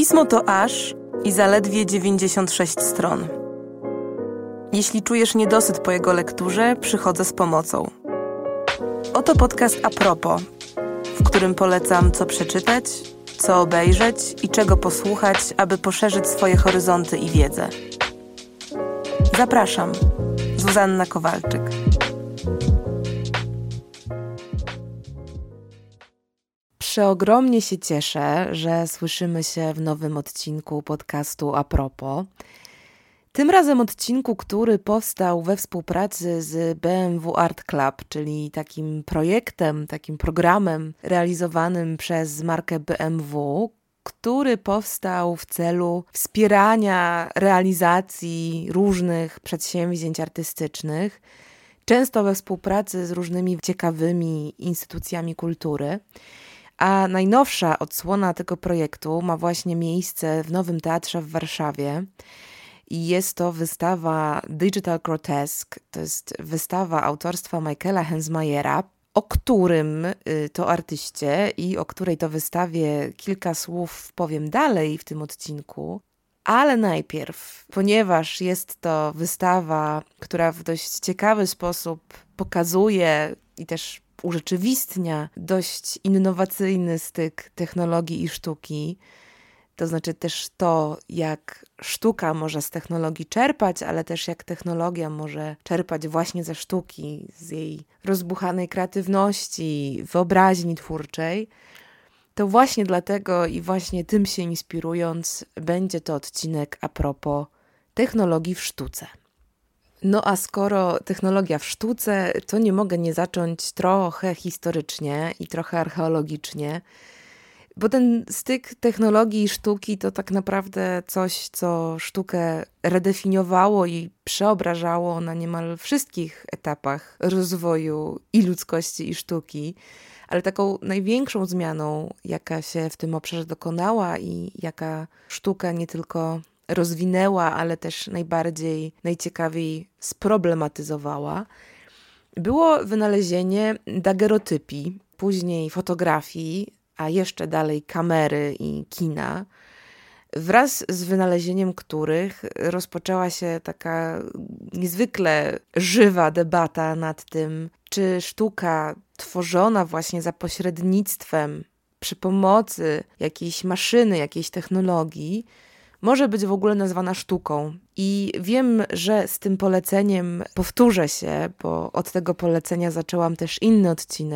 Pismo to aż i zaledwie 96 stron. Jeśli czujesz niedosyt po jego lekturze, przychodzę z pomocą. Oto podcast A propos, w którym polecam co przeczytać, co obejrzeć i czego posłuchać, aby poszerzyć swoje horyzonty i wiedzę. Zapraszam, Zuzanna Kowalczyk. Przeogromnie się cieszę, że słyszymy się w nowym odcinku podcastu A propos. Tym razem odcinku, który powstał we współpracy z BMW Art Club, czyli takim projektem, takim programem realizowanym przez markę BMW, który powstał w celu wspierania realizacji różnych przedsięwzięć artystycznych, często we współpracy z różnymi ciekawymi instytucjami kultury. A najnowsza odsłona tego projektu ma właśnie miejsce w Nowym Teatrze w Warszawie. I jest to wystawa Digital Grotesque, to jest wystawa autorstwa Michaela Hensmayera, o którym to artyście i o której to wystawie kilka słów powiem dalej w tym odcinku. Ale najpierw, ponieważ jest to wystawa, która w dość ciekawy sposób pokazuje i też urzeczywistnia dość innowacyjny styk technologii i sztuki, to znaczy też to, jak sztuka może z technologii czerpać, ale też jak technologia może czerpać właśnie ze sztuki, z jej rozbuchanej kreatywności, wyobraźni twórczej, to właśnie dlatego i właśnie tym się inspirując będzie to odcinek a propos technologii w sztuce. No a skoro technologia w sztuce, to nie mogę nie zacząć trochę historycznie i trochę archeologicznie, bo ten styk technologii i sztuki to tak naprawdę coś, co sztukę redefiniowało i przeobrażało na niemal wszystkich etapach rozwoju i ludzkości, i sztuki. Ale taką największą zmianą, jaka się w tym obszarze dokonała i jaka sztukę nie tylko rozwinęła, ale też najciekawiej sproblematyzowała, było wynalezienie dagerotypii, później fotografii, a jeszcze dalej kamery i kina, wraz z wynalezieniem których rozpoczęła się taka niezwykle żywa debata nad tym, czy sztuka tworzona właśnie za pośrednictwem, przy pomocy jakiejś maszyny, jakiejś technologii, może być w ogóle nazwana sztuką. I wiem, że z tym poleceniem powtórzę się, bo od tego polecenia zaczęłam też inny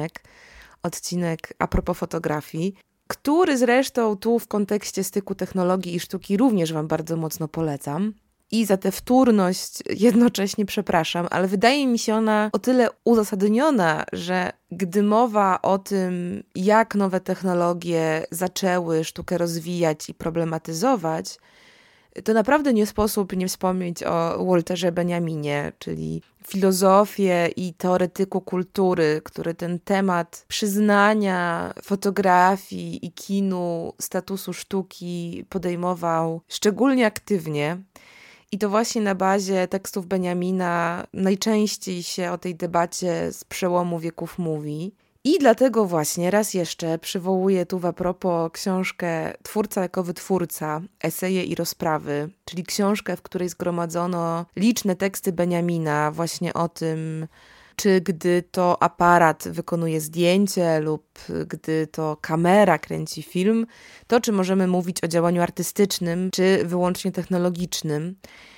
odcinek a propos fotografii, który zresztą tu w kontekście styku technologii i sztuki również wam bardzo mocno polecam. I za tę wtórność jednocześnie przepraszam, ale wydaje mi się ona o tyle uzasadniona, że gdy mowa o tym, jak nowe technologie zaczęły sztukę rozwijać i problematyzować, to naprawdę nie sposób nie wspomnieć o Walterze Benjaminie, czyli filozofie i teoretyku kultury, który ten temat przyznania fotografii i kinu statusu sztuki podejmował szczególnie aktywnie. I to właśnie na bazie tekstów Benjamina najczęściej się o tej debacie z przełomu wieków mówi. I dlatego właśnie raz jeszcze przywołuję tu a propos książkę Twórca jako wytwórca, eseje i rozprawy, czyli książkę, w której zgromadzono liczne teksty Benjamina właśnie o tym, czy gdy to aparat wykonuje zdjęcie lub gdy to kamera kręci film, to czy możemy mówić o działaniu artystycznym, czy wyłącznie technologicznym.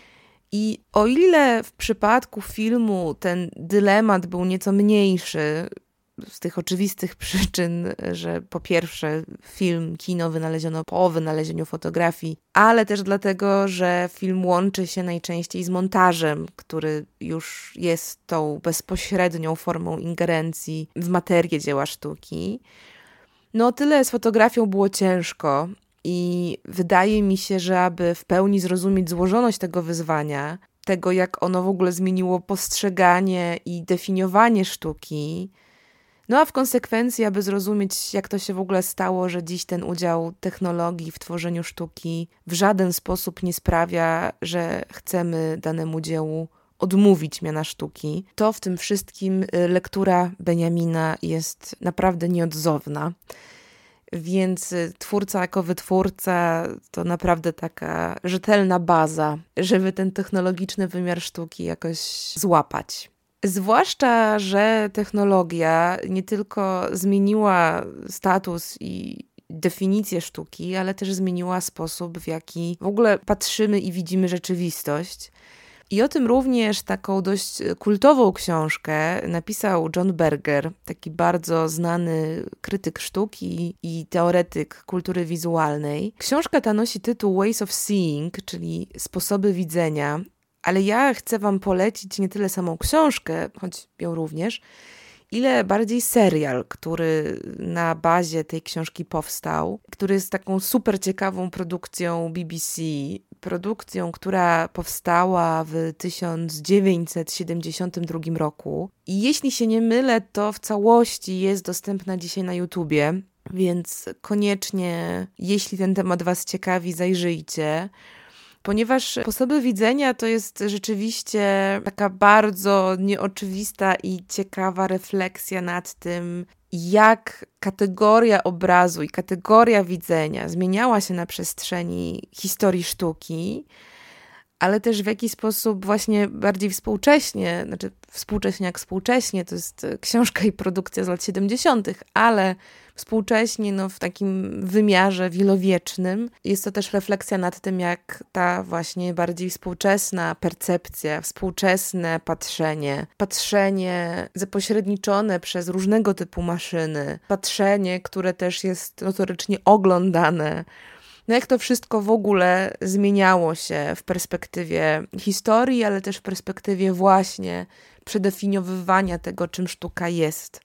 I o ile w przypadku filmu ten dylemat był nieco mniejszy, z tych oczywistych przyczyn, że po pierwsze kino wynaleziono po wynalezieniu fotografii, ale też dlatego, że film łączy się najczęściej z montażem, który już jest tą bezpośrednią formą ingerencji w materię dzieła sztuki. No o tyle z fotografią było ciężko i wydaje mi się, że aby w pełni zrozumieć złożoność tego wyzwania, tego jak ono w ogóle zmieniło postrzeganie i definiowanie sztuki, no a w konsekwencji, aby zrozumieć, jak to się w ogóle stało, że dziś ten udział technologii w tworzeniu sztuki w żaden sposób nie sprawia, że chcemy danemu dziełu odmówić miana sztuki, to w tym wszystkim lektura Benjamina jest naprawdę nieodzowna. Więc twórca jako wytwórca to naprawdę taka rzetelna baza, żeby ten technologiczny wymiar sztuki jakoś złapać. Zwłaszcza, że technologia nie tylko zmieniła status i definicję sztuki, ale też zmieniła sposób, w jaki w ogóle patrzymy i widzimy rzeczywistość. I o tym również taką dość kultową książkę napisał John Berger, taki bardzo znany krytyk sztuki i teoretyk kultury wizualnej. Książka ta nosi tytuł Ways of Seeing, czyli sposoby widzenia, ale ja chcę wam polecić nie tyle samą książkę, choć ją również, ile bardziej serial, który na bazie tej książki powstał, który jest taką super ciekawą produkcją BBC, produkcją, która powstała w 1972 roku. I jeśli się nie mylę, to w całości jest dostępna dzisiaj na YouTubie, więc koniecznie, jeśli ten temat was ciekawi, zajrzyjcie. Ponieważ sposoby widzenia to jest rzeczywiście taka bardzo nieoczywista i ciekawa refleksja nad tym, jak kategoria obrazu i kategoria widzenia zmieniała się na przestrzeni historii sztuki, ale też w jaki sposób właśnie bardziej współcześnie, znaczy współcześnie jak współcześnie, to jest książka i produkcja z lat 70., ale współcześnie w takim wymiarze wielowiecznym. Jest to też refleksja nad tym, jak ta właśnie bardziej współczesna percepcja, współczesne patrzenie zapośredniczone przez różnego typu maszyny, patrzenie, które też jest notorycznie oglądane, jak to wszystko w ogóle zmieniało się w perspektywie historii, ale też w perspektywie właśnie przedefiniowywania tego, czym sztuka jest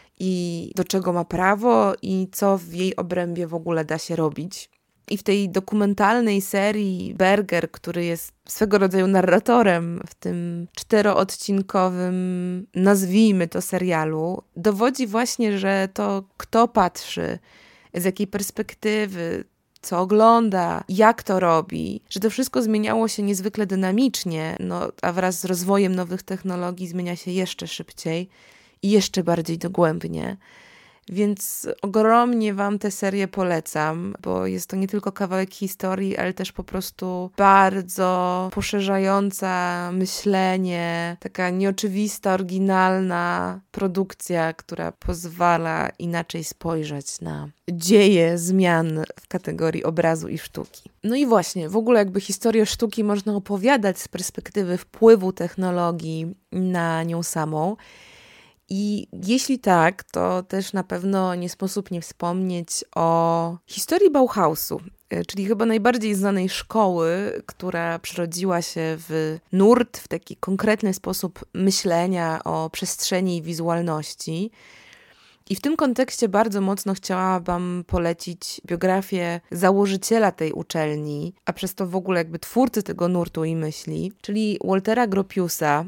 i do czego ma prawo i co w jej obrębie w ogóle da się robić. I w tej dokumentalnej serii Berger, który jest swego rodzaju narratorem w tym 4-odcinkowym, nazwijmy to, serialu, dowodzi właśnie, że to kto patrzy, z jakiej perspektywy, co ogląda, jak to robi, że to wszystko zmieniało się niezwykle dynamicznie, a wraz z rozwojem nowych technologii zmienia się jeszcze szybciej i jeszcze bardziej dogłębnie. Więc ogromnie wam tę serię polecam, bo jest to nie tylko kawałek historii, ale też po prostu bardzo poszerzająca myślenie, taka nieoczywista, oryginalna produkcja, która pozwala inaczej spojrzeć na dzieje zmian w kategorii obrazu i sztuki. No i właśnie, w ogóle jakby historię sztuki można opowiadać z perspektywy wpływu technologii na nią samą. I jeśli tak, to też na pewno nie sposób nie wspomnieć o historii Bauhausu, czyli chyba najbardziej znanej szkoły, która przerodziła się w nurt, w taki konkretny sposób myślenia o przestrzeni i wizualności. I w tym kontekście bardzo mocno chciałabym polecić biografię założyciela tej uczelni, a przez to w ogóle jakby twórcy tego nurtu i myśli, czyli Waltera Gropiusa,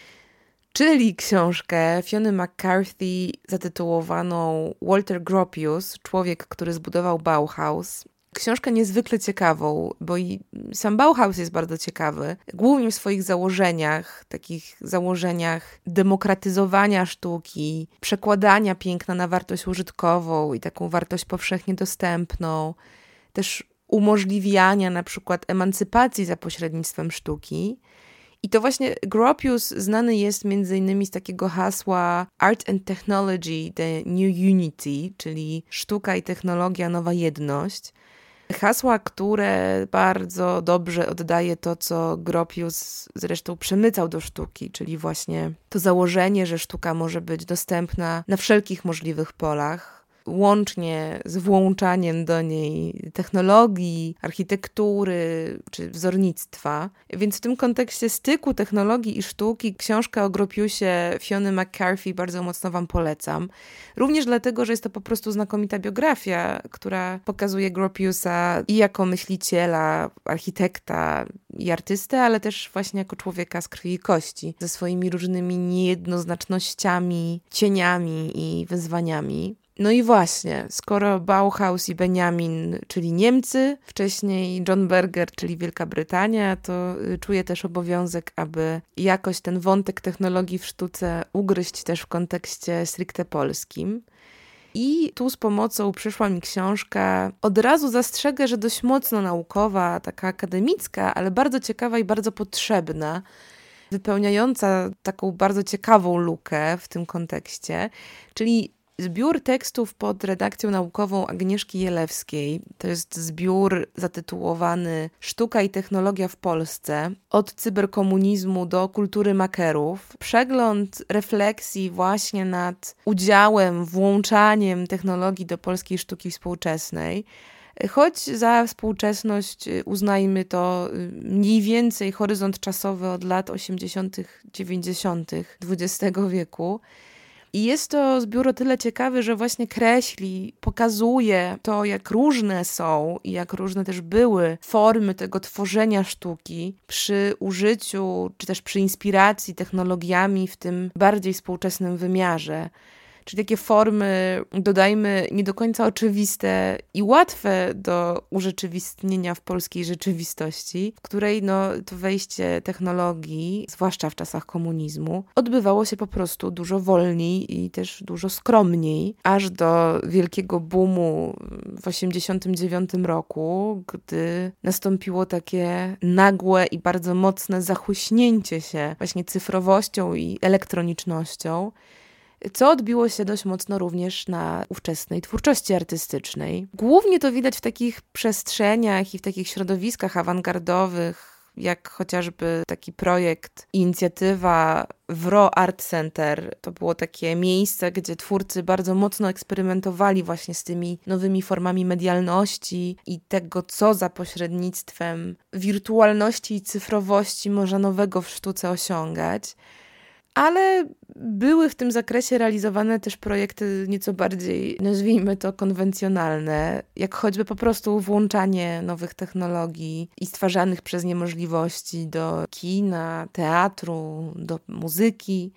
czyli książkę Fiony McCarthy zatytułowaną Walter Gropius, człowiek, który zbudował Bauhaus. Książkę niezwykle ciekawą, bo i sam Bauhaus jest bardzo ciekawy, głównie w swoich założeniach, takich założeniach demokratyzowania sztuki, przekładania piękna na wartość użytkową i taką wartość powszechnie dostępną, też umożliwiania na przykład emancypacji za pośrednictwem sztuki. I to właśnie Gropius znany jest między innymi z takiego hasła Art and Technology, the New Unity, czyli sztuka i technologia, nowa jedność. Hasła, które bardzo dobrze oddaje to, co Gropius zresztą przemycał do sztuki, czyli właśnie to założenie, że sztuka może być dostępna na wszelkich możliwych polach, łącznie z włączaniem do niej technologii, architektury czy wzornictwa. Więc w tym kontekście styku technologii i sztuki książkę o Gropiusie Fiony McCarthy bardzo mocno wam polecam. Również dlatego, że jest to po prostu znakomita biografia, która pokazuje Gropiusa i jako myśliciela, architekta i artystę, ale też właśnie jako człowieka z krwi i kości, ze swoimi różnymi niejednoznacznościami, cieniami i wyzwaniami. No i właśnie, skoro Bauhaus i Benjamin, czyli Niemcy, wcześniej John Berger, czyli Wielka Brytania, to czuję też obowiązek, aby jakoś ten wątek technologii w sztuce ugryźć też w kontekście stricte polskim. I tu z pomocą przyszła mi książka. Od razu zastrzegę, że dość mocno naukowa, taka akademicka, ale bardzo ciekawa i bardzo potrzebna, wypełniająca taką bardzo ciekawą lukę w tym kontekście, czyli zbiór tekstów pod redakcją naukową Agnieszki Jelewskiej. To jest zbiór zatytułowany Sztuka i technologia w Polsce. Od cyberkomunizmu do kultury makerów. Przegląd refleksji właśnie nad udziałem, włączaniem technologii do polskiej sztuki współczesnej. Choć za współczesność uznajmy to mniej więcej horyzont czasowy od lat 80., 90. XX wieku. I jest to zbiór o tyle ciekawy, że właśnie kreśli, pokazuje to, jak różne są i jak różne też były formy tego tworzenia sztuki przy użyciu, czy też przy inspiracji technologiami w tym bardziej współczesnym wymiarze. Czyli takie formy, dodajmy, nie do końca oczywiste i łatwe do urzeczywistnienia w polskiej rzeczywistości, w której to wejście technologii, zwłaszcza w czasach komunizmu, odbywało się po prostu dużo wolniej i też dużo skromniej, aż do wielkiego boomu w 1989 roku, gdy nastąpiło takie nagłe i bardzo mocne zachłyśnięcie się właśnie cyfrowością i elektronicznością, co odbiło się dość mocno również na ówczesnej twórczości artystycznej. Głównie to widać w takich przestrzeniach i w takich środowiskach awangardowych, jak chociażby taki projekt, inicjatywa WRO Art Center. To było takie miejsce, gdzie twórcy bardzo mocno eksperymentowali właśnie z tymi nowymi formami medialności i tego, co za pośrednictwem wirtualności i cyfrowości można nowego w sztuce osiągać. Ale były w tym zakresie realizowane też projekty nieco bardziej, nazwijmy to, konwencjonalne, jak choćby po prostu włączanie nowych technologii i stwarzanych przez nie możliwości do kina, teatru, do muzyki.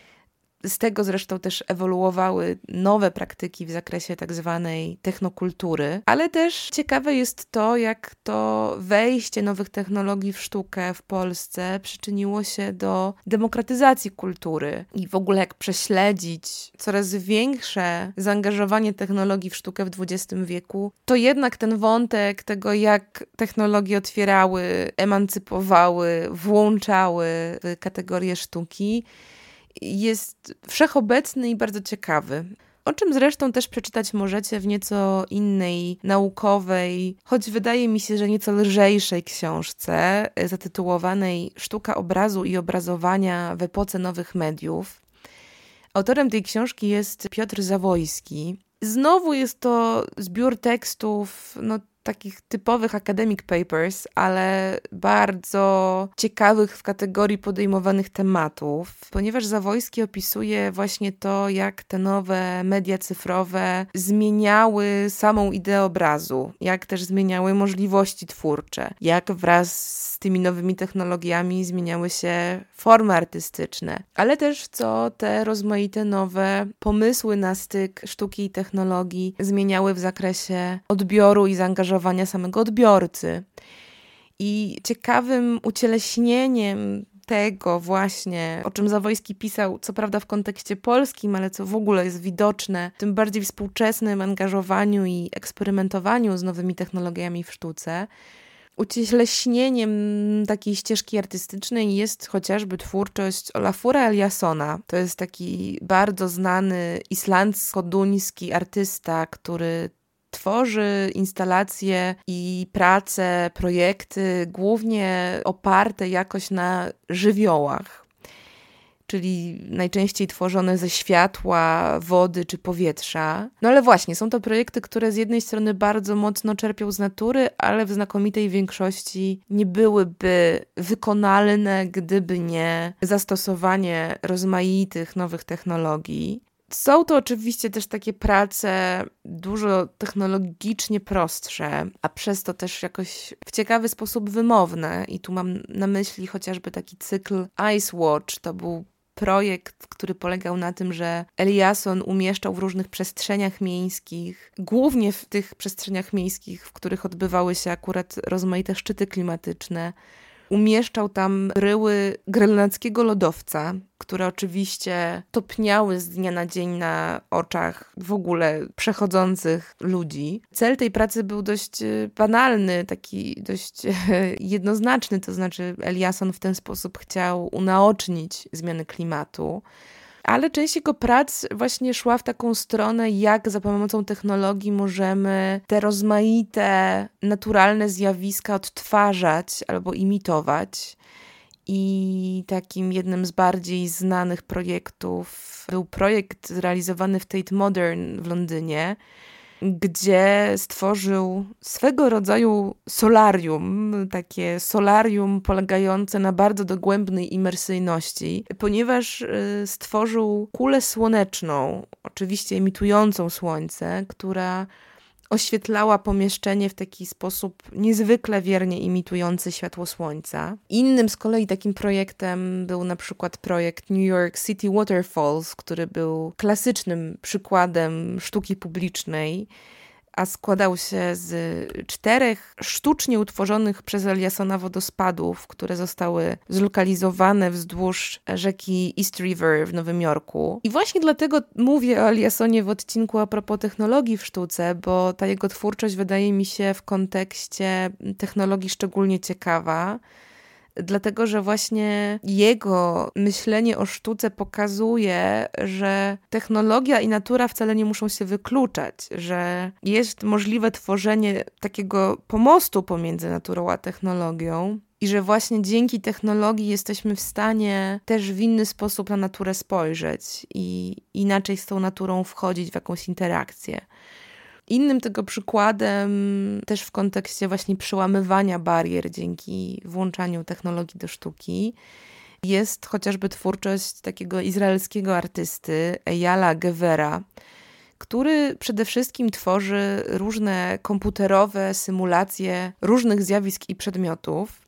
Z tego zresztą też ewoluowały nowe praktyki w zakresie tak zwanej technokultury, ale też ciekawe jest to, jak to wejście nowych technologii w sztukę w Polsce przyczyniło się do demokratyzacji kultury i w ogóle jak prześledzić coraz większe zaangażowanie technologii w sztukę w XX wieku, to jednak ten wątek tego, jak technologie otwierały, emancypowały, włączały w kategorię sztuki, jest wszechobecny i bardzo ciekawy. O czym zresztą też przeczytać możecie w nieco innej, naukowej, choć wydaje mi się, że nieco lżejszej książce zatytułowanej Sztuka obrazu i obrazowania w epoce nowych mediów. Autorem tej książki jest Piotr Zawojski. Znowu jest to zbiór tekstów, takich typowych academic papers, ale bardzo ciekawych w kategorii podejmowanych tematów, ponieważ Zawojski opisuje właśnie to, jak te nowe media cyfrowe zmieniały samą ideę obrazu, jak też zmieniały możliwości twórcze, jak wraz z tymi nowymi technologiami zmieniały się formy artystyczne, ale też co te rozmaite nowe pomysły na styk sztuki i technologii zmieniały w zakresie odbioru i zaangażowania samego odbiorcy. I ciekawym ucieleśnieniem tego właśnie, o czym Zawojski pisał, co prawda w kontekście polskim, ale co w ogóle jest widoczne w tym bardziej współczesnym angażowaniu i eksperymentowaniu z nowymi technologiami w sztuce, ucieleśnieniem takiej ścieżki artystycznej jest chociażby twórczość Olafura Eliassona. To jest taki bardzo znany islandzko-duński artysta, który tworzy instalacje i prace, projekty głównie oparte jakoś na żywiołach, czyli najczęściej tworzone ze światła, wody czy powietrza. Ale właśnie, są to projekty, które z jednej strony bardzo mocno czerpią z natury, ale w znakomitej większości nie byłyby wykonalne, gdyby nie zastosowanie rozmaitych nowych technologii. Są to oczywiście też takie prace dużo technologicznie prostsze, a przez to też jakoś w ciekawy sposób wymowne. I tu mam na myśli chociażby taki cykl Ice Watch. To był projekt, który polegał na tym, że Eliasson umieszczał w różnych przestrzeniach miejskich, głównie w tych przestrzeniach miejskich, w których odbywały się akurat rozmaite szczyty klimatyczne, umieszczał tam bryły grenlandzkiego lodowca, które oczywiście topniały z dnia na dzień na oczach w ogóle przechodzących ludzi. Cel tej pracy był dość banalny, taki dość jednoznaczny, to znaczy Eliasson w ten sposób chciał unaocznić zmiany klimatu. Ale część jego prac właśnie szła w taką stronę, jak za pomocą technologii możemy te rozmaite, naturalne zjawiska odtwarzać albo imitować. I takim jednym z bardziej znanych projektów był projekt zrealizowany w Tate Modern w Londynie, gdzie stworzył swego rodzaju solarium, takie solarium polegające na bardzo dogłębnej imersyjności, ponieważ stworzył kulę słoneczną, oczywiście emitującą słońce, która oświetlała pomieszczenie w taki sposób niezwykle wiernie imitujący światło słońca. Innym z kolei takim projektem był na przykład projekt New York City Waterfalls, który był klasycznym przykładem sztuki publicznej, a składał się z 4 sztucznie utworzonych przez Eliassona wodospadów, które zostały zlokalizowane wzdłuż rzeki East River w Nowym Jorku. I właśnie dlatego mówię o Eliassonie w odcinku a propos technologii w sztuce, bo ta jego twórczość wydaje mi się w kontekście technologii szczególnie ciekawa, dlatego że właśnie jego myślenie o sztuce pokazuje, że technologia i natura wcale nie muszą się wykluczać, że jest możliwe tworzenie takiego pomostu pomiędzy naturą a technologią i że właśnie dzięki technologii jesteśmy w stanie też w inny sposób na naturę spojrzeć i inaczej z tą naturą wchodzić w jakąś interakcję. Innym tego przykładem, też w kontekście właśnie przełamywania barier dzięki włączaniu technologii do sztuki, jest chociażby twórczość takiego izraelskiego artysty Eyala Gevera, który przede wszystkim tworzy różne komputerowe symulacje różnych zjawisk i przedmiotów,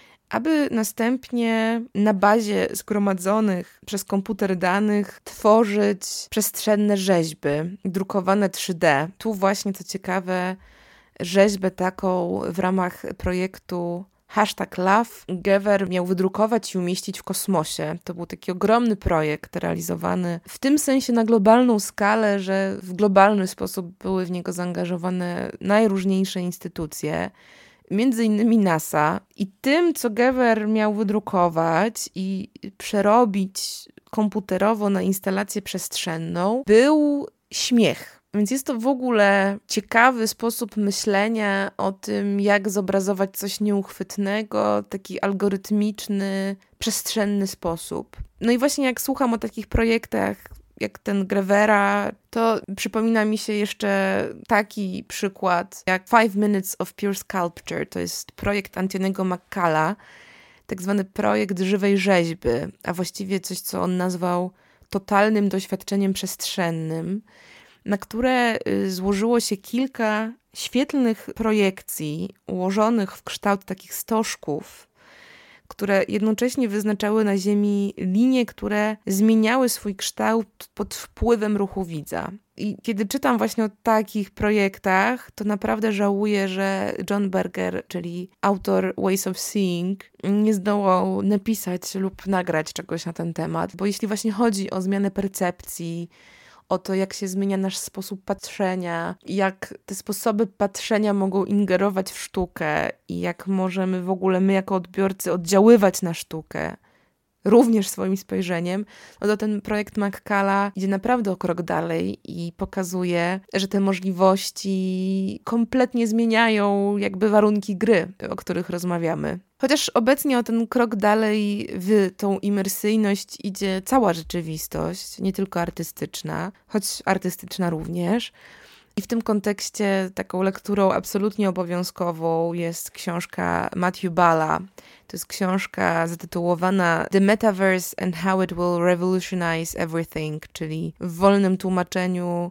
aby następnie na bazie zgromadzonych przez komputer danych tworzyć przestrzenne rzeźby, drukowane 3D. Tu właśnie, co ciekawe, rzeźbę taką w ramach projektu #Love Gever miał wydrukować i umieścić w kosmosie. To był taki ogromny projekt realizowany w tym sensie na globalną skalę, że w globalny sposób były w niego zaangażowane najróżniejsze instytucje, między innymi NASA, i tym, co Gever miał wydrukować i przerobić komputerowo na instalację przestrzenną, był śmiech. Więc jest to w ogóle ciekawy sposób myślenia o tym, jak zobrazować coś nieuchwytnego, taki algorytmiczny, przestrzenny sposób. No i właśnie jak słucham o takich projektach, jak ten Gevera, to przypomina mi się jeszcze taki przykład jak 5 Minutes of Pure Sculpture. To jest projekt Anthony'ego McCalla, tak zwany projekt żywej rzeźby, a właściwie coś, co on nazwał totalnym doświadczeniem przestrzennym, na które złożyło się kilka świetlnych projekcji ułożonych w kształt takich stożków, które jednocześnie wyznaczały na Ziemi linie, które zmieniały swój kształt pod wpływem ruchu widza. I kiedy czytam właśnie o takich projektach, to naprawdę żałuję, że John Berger, czyli autor Ways of Seeing, nie zdołał napisać lub nagrać czegoś na ten temat. Bo jeśli właśnie chodzi o zmianę percepcji, o to, jak się zmienia nasz sposób patrzenia, jak te sposoby patrzenia mogą ingerować w sztukę i jak możemy w ogóle my jako odbiorcy oddziaływać na sztukę, również swoim spojrzeniem, no to ten projekt McCalla idzie naprawdę o krok dalej i pokazuje, że te możliwości kompletnie zmieniają jakby warunki gry, o których rozmawiamy. Chociaż obecnie o ten krok dalej w tą imersyjność idzie cała rzeczywistość, nie tylko artystyczna, choć artystyczna również. I w tym kontekście taką lekturą absolutnie obowiązkową jest książka Matthew Balla. To jest książka zatytułowana The Metaverse and How It Will Revolutionize Everything, czyli w wolnym tłumaczeniu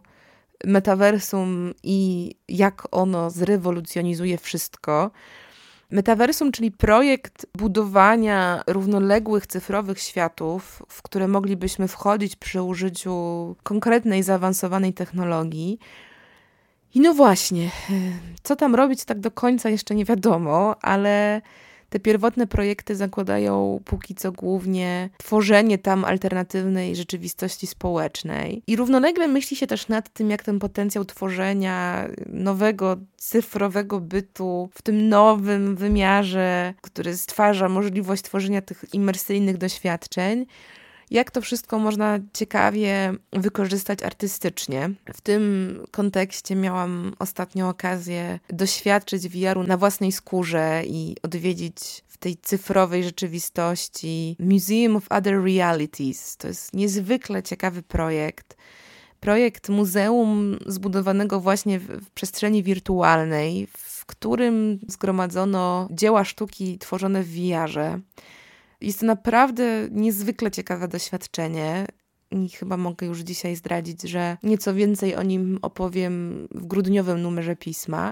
metaversum i jak ono zrewolucjonizuje wszystko. Metaversum, czyli projekt budowania równoległych cyfrowych światów, w które moglibyśmy wchodzić przy użyciu konkretnej, zaawansowanej technologii. I no właśnie, co tam robić tak do końca jeszcze nie wiadomo, ale Te pierwotne projekty zakładają póki co głównie tworzenie tam alternatywnej rzeczywistości społecznej. I równolegle myśli się też nad tym, jak ten potencjał tworzenia nowego, cyfrowego bytu w tym nowym wymiarze, który stwarza możliwość tworzenia tych imersyjnych doświadczeń, jak to wszystko można ciekawie wykorzystać artystycznie. W tym kontekście miałam ostatnio okazję doświadczyć VR-u na własnej skórze i odwiedzić w tej cyfrowej rzeczywistości Museum of Other Realities. To jest niezwykle ciekawy projekt. Projekt muzeum zbudowanego właśnie w przestrzeni wirtualnej, w którym zgromadzono dzieła sztuki tworzone w VR-ze. Jest to naprawdę niezwykle ciekawe doświadczenie i chyba mogę już dzisiaj zdradzić, że nieco więcej o nim opowiem w grudniowym numerze pisma.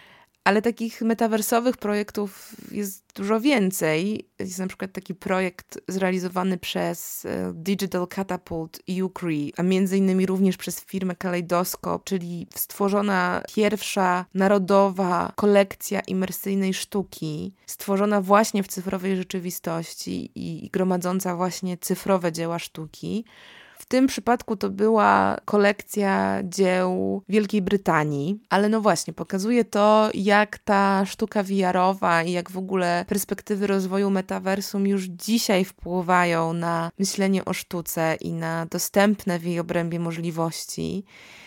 Ale takich metaversowych projektów jest dużo więcej. Jest na przykład taki projekt zrealizowany przez Digital Catapult i Ucree, a między innymi również przez firmę Kaleidoscope, czyli stworzona pierwsza narodowa kolekcja imersyjnej sztuki, stworzona właśnie w cyfrowej rzeczywistości i gromadząca właśnie cyfrowe dzieła sztuki. W tym przypadku to była kolekcja dzieł Wielkiej Brytanii, ale no właśnie, pokazuje to, jak ta sztuka VR-owa i jak w ogóle perspektywy rozwoju metaversum już dzisiaj wpływają na myślenie o sztuce i na dostępne w jej obrębie możliwości.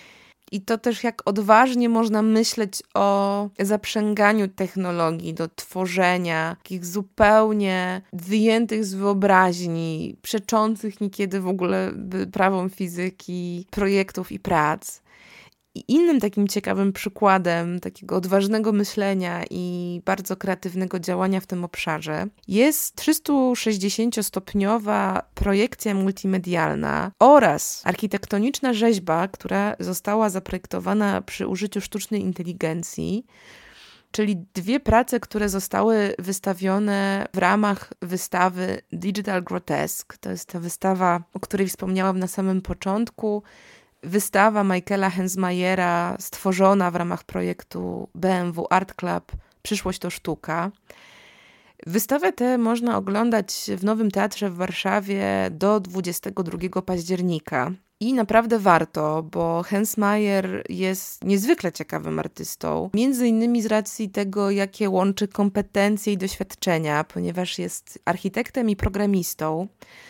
I to też jak odważnie można myśleć o zaprzęganiu technologii do tworzenia takich zupełnie wyjętych z wyobraźni, przeczących niekiedy w ogóle prawom fizyki, projektów i prac. I innym takim ciekawym przykładem takiego odważnego myślenia i bardzo kreatywnego działania w tym obszarze jest 360-stopniowa projekcja multimedialna oraz architektoniczna rzeźba, która została zaprojektowana przy użyciu sztucznej inteligencji, czyli dwie prace, które zostały wystawione w ramach wystawy Digital Grotesque. To jest ta wystawa, o której wspomniałam na samym początku. Wystawa Michaela Hensmayera stworzona w ramach projektu BMW Art Club Przyszłość to sztuka. Wystawę tę można oglądać w Nowym Teatrze w Warszawie do 22 października. I naprawdę warto, bo Hensmayer jest niezwykle ciekawym artystą. Między innymi z racji tego, jakie łączy kompetencje i doświadczenia, ponieważ jest architektem i programistą,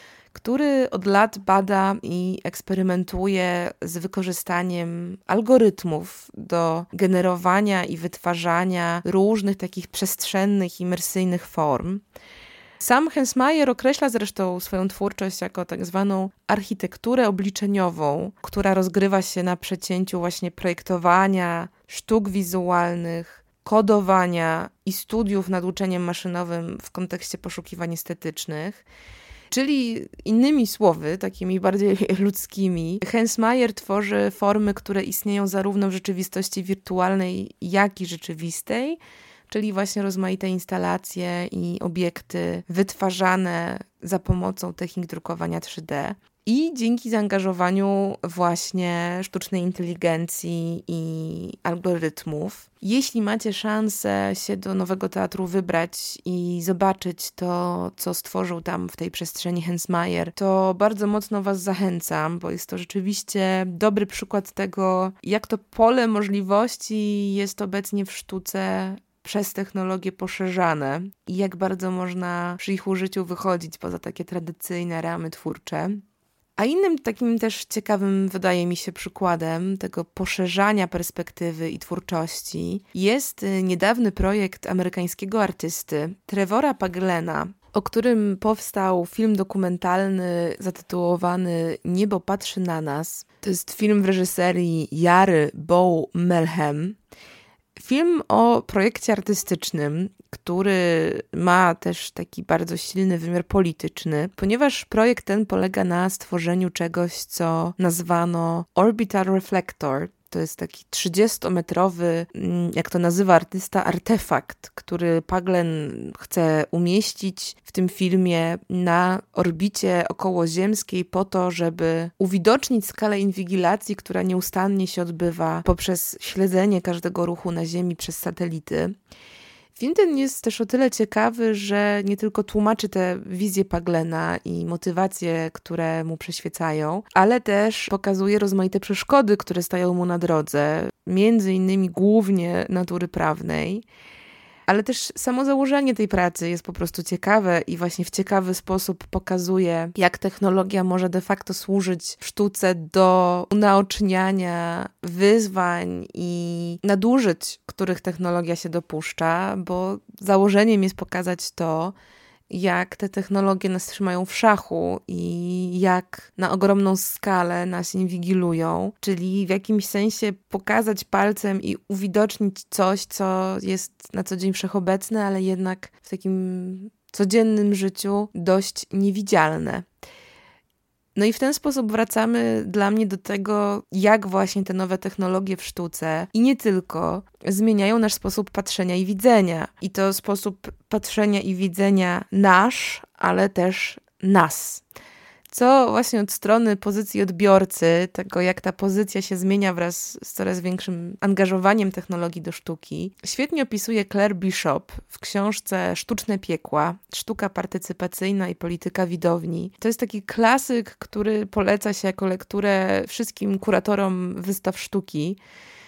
który od lat bada i eksperymentuje z wykorzystaniem algorytmów do generowania i wytwarzania różnych takich przestrzennych, imersyjnych form. Sam Hensmayer określa zresztą swoją twórczość jako tak zwaną architekturę obliczeniową, która rozgrywa się na przecięciu właśnie projektowania, sztuk wizualnych, kodowania i studiów nad uczeniem maszynowym w kontekście poszukiwań estetycznych. Czyli innymi słowy, takimi bardziej ludzkimi, Hensmayer tworzy formy, które istnieją zarówno w rzeczywistości wirtualnej, jak i rzeczywistej, czyli właśnie rozmaite instalacje i obiekty wytwarzane za pomocą technik drukowania 3D. I dzięki zaangażowaniu właśnie sztucznej inteligencji i algorytmów. Jeśli macie szansę się do Nowego Teatru wybrać i zobaczyć to, co stworzył tam w tej przestrzeni Hensmayer, to bardzo mocno Was zachęcam, bo jest to rzeczywiście dobry przykład tego, jak to pole możliwości jest obecnie w sztuce przez technologię poszerzane i jak bardzo można przy ich użyciu wychodzić poza takie tradycyjne ramy twórcze. A innym takim też ciekawym, wydaje mi się, przykładem tego poszerzania perspektywy i twórczości jest niedawny projekt amerykańskiego artysty Trevora Paglena, o którym powstał film dokumentalny zatytułowany Niebo patrzy na nas. To jest film w reżyserii Jary Bow Melhem. Film o projekcie artystycznym, który ma też taki bardzo silny wymiar polityczny, ponieważ projekt ten polega na stworzeniu czegoś, co nazwano Orbital Reflector. To jest taki 30-metrowy, jak to nazywa artysta, artefakt, który Paglen chce umieścić w tym filmie na orbicie okołoziemskiej po to, żeby uwidocznić skalę inwigilacji, która nieustannie się odbywa poprzez śledzenie każdego ruchu na Ziemi przez satelity. Film ten jest też o tyle ciekawy, że nie tylko tłumaczy te wizje Paglena i motywacje, które mu przyświecają, ale też pokazuje rozmaite przeszkody, które stają mu na drodze, między innymi głównie natury prawnej. Ale też samo założenie tej pracy jest po prostu ciekawe i właśnie w ciekawy sposób pokazuje, jak technologia może de facto służyć w sztuce do unaoczniania wyzwań i nadużyć, których technologia się dopuszcza, bo założeniem jest pokazać to, jak te technologie nas trzymają w szachu i jak na ogromną skalę nas inwigilują, czyli w jakimś sensie pokazać palcem i uwidocznić coś, co jest na co dzień wszechobecne, ale jednak w takim codziennym życiu dość niewidzialne. No i w ten sposób wracamy dla mnie do tego, jak właśnie te nowe technologie w sztuce i nie tylko zmieniają nasz sposób patrzenia i widzenia. I to sposób patrzenia i widzenia nasz, ale też nas. Co właśnie od strony pozycji odbiorcy, tego jak ta pozycja się zmienia wraz z coraz większym angażowaniem technologii do sztuki, świetnie opisuje Claire Bishop w książce Sztuczne piekła, sztuka partycypacyjna i polityka widowni. To jest taki klasyk, który poleca się jako lekturę wszystkim kuratorom wystaw sztuki,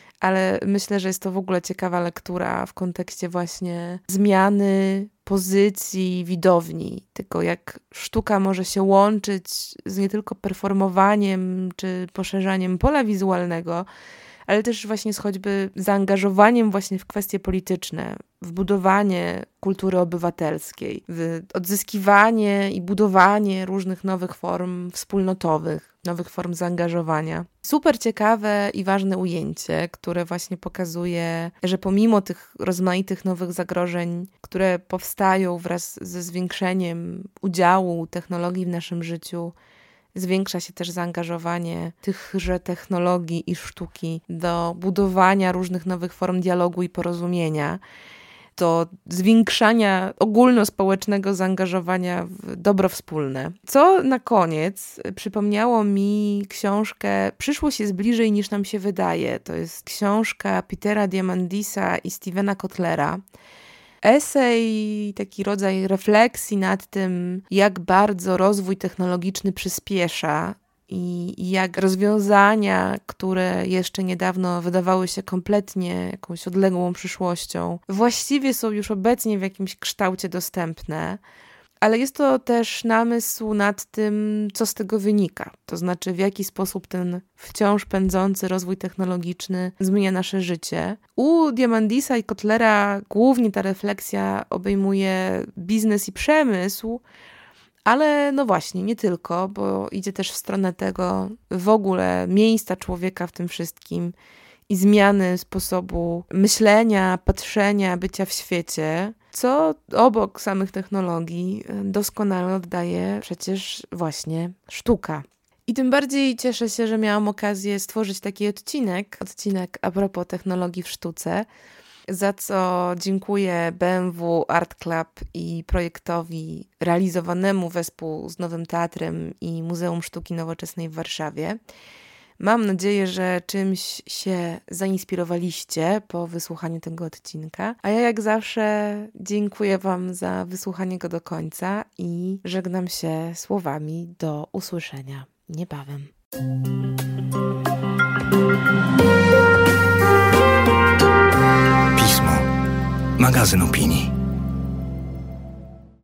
ale myślę, że jest to w ogóle ciekawa lektura w kontekście właśnie zmiany pozycji widowni, tego jak sztuka może się łączyć z nie tylko performowaniem czy poszerzaniem pola wizualnego, ale też właśnie z choćby zaangażowaniem właśnie w kwestie polityczne, w budowanie kultury obywatelskiej, w odzyskiwanie i budowanie różnych nowych form wspólnotowych, nowych form zaangażowania. Super ciekawe i ważne ujęcie, które właśnie pokazuje, że pomimo tych rozmaitych nowych zagrożeń, które powstają wraz ze zwiększeniem udziału technologii w naszym życiu, zwiększa się też zaangażowanie tychże technologii i sztuki do budowania różnych nowych form dialogu i porozumienia, do zwiększania ogólnospołecznego zaangażowania w dobro wspólne. Co na koniec przypomniało mi książkę Przyszłość jest bliżej niż nam się wydaje. To jest książka Petera Diamandisa i Stevena Kotlera. Esej, taki rodzaj refleksji nad tym, jak bardzo rozwój technologiczny przyspiesza i jak rozwiązania, które jeszcze niedawno wydawały się kompletnie jakąś odległą przyszłością, właściwie są już obecnie w jakimś kształcie dostępne. Ale jest to też namysł nad tym, co z tego wynika. To znaczy, w jaki sposób ten wciąż pędzący rozwój technologiczny zmienia nasze życie. U Diamandisa i Kotlera głównie ta refleksja obejmuje biznes i przemysł, ale no właśnie, nie tylko, bo idzie też w stronę tego w ogóle miejsca człowieka w tym wszystkim i zmiany sposobu myślenia, patrzenia, bycia w świecie, co obok samych technologii doskonale oddaje przecież właśnie sztuka. I tym bardziej cieszę się, że miałam okazję stworzyć taki odcinek a propos technologii w sztuce, za co dziękuję BMW Art Club i projektowi realizowanemu wespół z Nowym Teatrem i Muzeum Sztuki Nowoczesnej w Warszawie. Mam nadzieję, że czymś się zainspirowaliście po wysłuchaniu tego odcinka, a ja jak zawsze dziękuję Wam za wysłuchanie go do końca i żegnam się słowami do usłyszenia niebawem. Pismo. Magazyn opinii.